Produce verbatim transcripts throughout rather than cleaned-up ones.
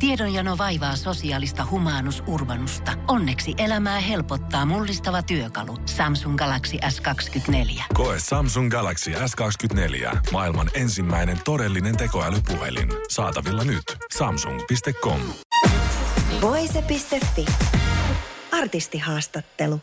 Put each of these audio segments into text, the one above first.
Tiedonjano vaivaa sosiaalista humanus urbanusta. Onneksi elämää helpottaa mullistava työkalu. Samsung Galaxy S kaksikymmentäneljä. Koe Samsung Galaxy S kaksikymmentäneljä. Maailman ensimmäinen todellinen tekoälypuhelin. Saatavilla nyt. Samsung piste com. Voise piste fi. Artistihaastattelu.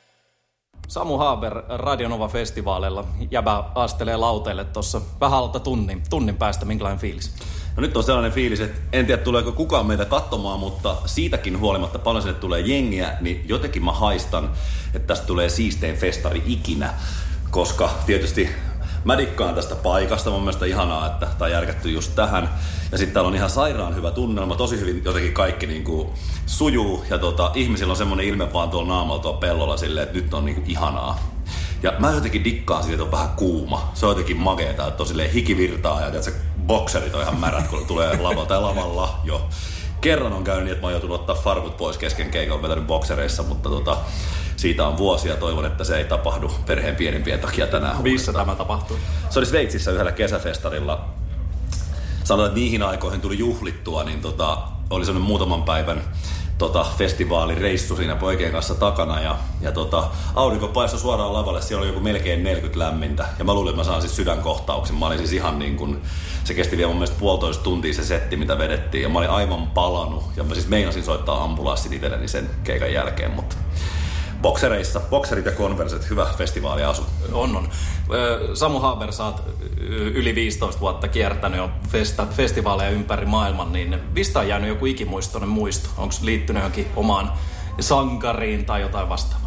Samu Haber Radionova-festivaaleilla. Jäbä astelee lauteille tuossa vähän alta tunnin, tunnin päästä. Minkälainen fiilis? No nyt on sellainen fiilis, että en tiedä tuleeko kukaan meitä katsomaan, mutta siitäkin huolimatta paljon sinne tulee jengiä, niin jotenkin mä haistan, että tästä tulee siistein festari ikinä, koska tietysti mä dikkaan tästä paikasta, mun mielestä ihanaa, että tää on järkätty just tähän. Ja sitten täällä on ihan sairaan hyvä tunnelma, tosi hyvin jotenkin kaikki niinku sujuu ja tota, ihmisillä on semmonen ilme vaan tuolla naamalla tuolla pellolla silleen, että nyt on niinku ihanaa. Ja mä jotenkin dikkaan siitä, että on vähän kuuma. Se on jotenkin makeeta, että on silleen hikivirtaa ja että se bokserit on ihan märät, kun tulee lavalla tai lavalla jo. Kerran on käynyt niin, että mä oon joutunut ottaa farkut pois kesken keikan, vetänyt boksereissa, mutta tota, siitä on vuosia. Toivon, että se ei tapahdu perheen pienimpien takia tänään. Missä tämä tapahtui? Se oli Sveitsissä yhdellä kesäfestarilla. Sanotaan, että niihin aikoihin tuli juhlittua, niin tota, oli semmoinen muutaman päivän tota, festivaalireissu siinä poikien kanssa takana. Ja, ja tota, aurinko paistoi suoraan lavalle, siellä oli joku melkein neljäkymmentä lämmintä. Ja mä luulin, että mä saan siis sydänkohtauksen. Mä olin siis ihan niin kuin, se kesti vielä mun mielestä puolitoista tuntia se setti, mitä vedettiin. Ja mä olin aivan palanut. Ja mä siis meinasin soittaa ambulanssin itselleni sen keikan jälkeen, mutta boksereissa, bokserit ja konverset, hyvä festivaaliasu. On, on. Samu Haber, sä oot yli viisitoista vuotta kiertänyt jo festa, festivaaleja ympäri maailman, niin mistä on jäänyt joku ikimuistoinen muisto? Onko liittynyt johonkin omaan sankariin tai jotain vastaavaa?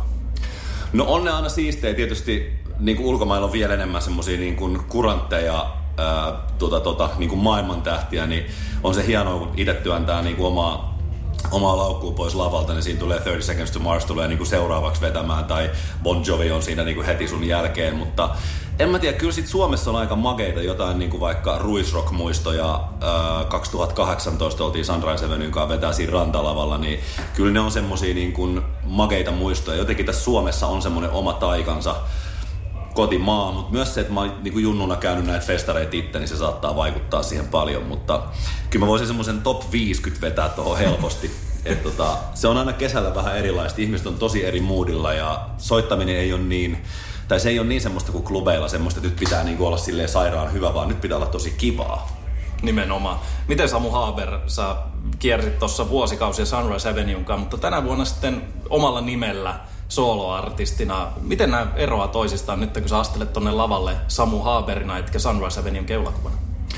No on ne aina siistejä. Tietysti niin kuin ulkomailla on vielä enemmän semmosia niin kuin kurantteja, ää, tota, tota, niin kuin maailmantähtiä, niin on se hienoa, kun itse työntää niin kuin omaa omaa laukkuu pois lavalta, niin siinä tulee thirty seconds to Mars tulee niinku seuraavaksi vetämään, tai Bon Jovi on siinä niinku heti sun jälkeen, mutta en mä tiedä, kyllä sit Suomessa on aika makeita jotain niinku vaikka Ruisrock-muistoja, ää, kaksituhattakahdeksantoista oltiin Sunrise Avenuen kanssa vetää siinä rantalavalla, niin kyllä ne on semmosia niinku makeita muistoja. Jotenkin tässä Suomessa on semmonen oma taikansa, kotimaa, mutta myös se, että mä oon niin junnuna käynyt näitä festareita itse, niin se saattaa vaikuttaa siihen paljon, mutta kyllä mä voisin semmoisen top viisikymmentä vetää tuohon helposti. Et tota, se on aina kesällä vähän erilaista, ihmiset on tosi eri moodilla ja soittaminen ei ole niin, tai se ei ole niin semmoista kuin klubeilla, semmoista, että nyt pitää niin olla silleen sairaan hyvä, vaan nyt pitää olla tosi kivaa. Nimenomaan. Miten Samu Haber, sä kiersit tuossa vuosikausia Sunrise Avenuen kanssa, mutta tänä vuonna sitten omalla nimellä soloartistina. Miten nämä eroaa toisistaan nyt, kun sä astelet tonne lavalle Samu Haberina, etkä Sunrise Avenuen keulakuvana?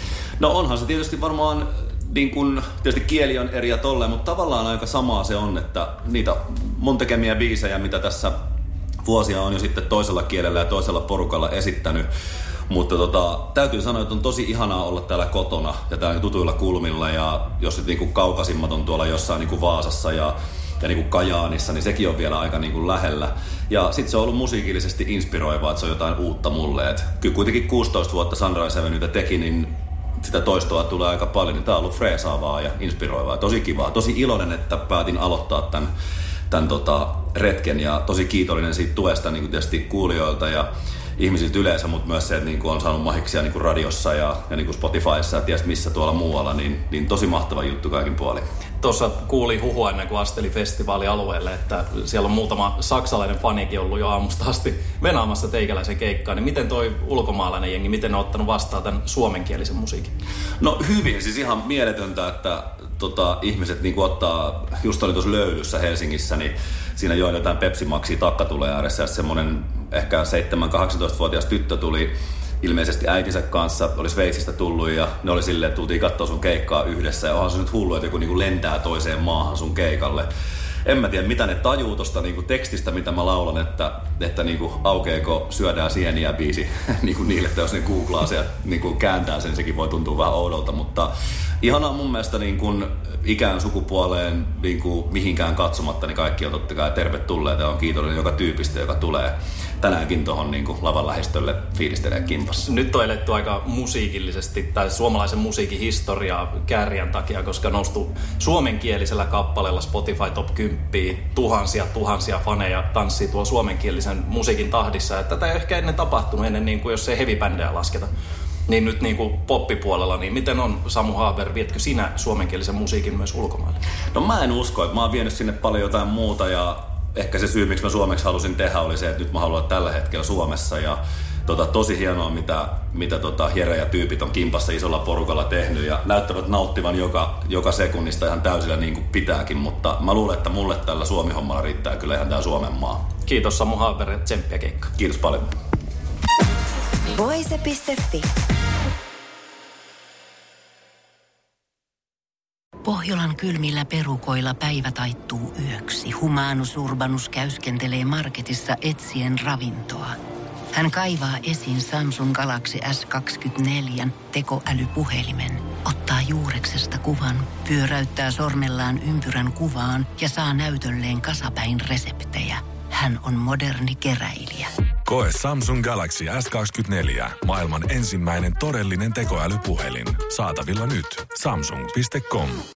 No onhan se tietysti varmaan, niin kun, tietysti kieli on eri ja tolleen, mutta tavallaan aika samaa se on, että niitä mun tekemiä biisejä, mitä tässä vuosia on jo sitten toisella kielellä ja toisella porukalla esittänyt. Mutta tota, täytyy sanoa, että on tosi ihanaa olla täällä kotona ja täällä tutuilla kulmilla, ja jos nyt niinku kaukaisimmat on tuolla jossain niinku Vaasassa ja ja niin kuin Kajaanissa, niin sekin on vielä aika niin kuin lähellä. Ja sitten se on ollut musiikillisesti inspiroivaa, että se on jotain uutta mulle. Et kyllä kuitenkin kuusitoista vuotta Sunrise Avenuetä teki, niin sitä toistoa tulee aika paljon. Niin tää on ollut freesaavaa ja inspiroivaa. Tosi kivaa. Tosi iloinen, että päätin aloittaa tämän, tämän tota retken ja tosi kiitollinen siitä tuesta niin kuin tietysti kuulijoilta ja ihmisiltä yleensä, mutta myös se, että niin kuin on saanut mahiksia niin kuin radiossa ja, ja niin kuin Spotifyssa ja ties missä tuolla muualla, niin, niin tosi mahtava juttu kaikin puolin. Tuossa kuuli huhua ennen kuin asteli festivaalialueelle, että siellä on muutama saksalainen fanikin ollut jo aamusta asti venaamassa teikäläisen keikkaan. Niin miten toi ulkomaalainen jengi, miten ne on ottanut vastaan tämän suomenkielisen musiikin? No hyvin, siis ihan mieletöntä, että tota, ihmiset niin kuin ottaa, just oli tuossa Löylyssä Helsingissä, niin siinä join jotain Pepsi Maxia takkatuleen ääressä ja semmoinen ehkä seitsemän-kahdeksantoistavuotias tyttö tuli ilmeisesti äitinsä kanssa, oli Sveitsistä tullut ja ne oli silleen, että tultiin katsoa sun keikkaa yhdessä ja onhan se nyt hullu, että joku niinku lentää toiseen maahan sun keikalle. En mä tiedä, mitä ne tajuu tosta niinku tekstistä, mitä mä laulan, että, että niinku aukeeko syödään sieniä biisi niinku niille, että jos ne googlaa se ja niinku kääntää sen, sekin voi tuntua vähän oudolta, mutta ihanaa mun mielestä niinku ikään sukupuoleen niinku mihinkään katsomatta, niin kaikki on totta kai tervetulleita ja on kiitollinen joka tyypistä, joka tulee tänäänkin tuohon niin lavan lähistölle fiilistelee kimpassa. Nyt on eletty aika musiikillisesti, tai suomalaisen musiikin historiaa kärjän takia, koska noustu suomenkielisellä kappaleella Spotify Top kymmenen, tuhansia tuhansia faneja tanssii tuo suomenkielisen musiikin tahdissa. Ja tätä ei ehkä ennen tapahtunut ennen, niin kuin jos ei heavy-bändejä lasketa. Niin nyt niin kuin poppipuolella, niin miten on, Samu Haber, vietkö sinä suomenkielisen musiikin myös ulkomaille? No mä en usko, että mä oon vienyt sinne paljon jotain muuta ja ehkä se syy, miksi mä suomeksi halusin tehdä, oli se, että nyt mä haluan olla tällä hetkellä Suomessa ja tota, tosi hienoa, mitä, mitä tota, Jere ja tyypit on kimpassa isolla porukalla tehnyt ja näyttävät nauttivan joka, joka sekunnista ihan täysillä niin kuin pitääkin, mutta mä luulen, että mulle tällä Suomi-hommalla riittää kyllä ihan tää Suomen maa. Kiitos Samu Haber ja tsemppiä keikka. Kiitos paljon. Voise piste fi. Pohjolan kylmillä perukoilla päivä taittuu yöksi. Humanus Urbanus käyskentelee marketissa etsien ravintoa. Hän kaivaa esiin Samsung Galaxy S kaksikymmentäneljä tekoälypuhelimen, ottaa juureksesta kuvan, pyöräyttää sormellaan ympyrän kuvaan ja saa näytölleen kasapäin reseptejä. Hän on moderni keräilijä. Koe Samsung Galaxy S kaksikymmentäneljä, maailman ensimmäinen todellinen tekoälypuhelin. Saatavilla nyt. Samsung piste com.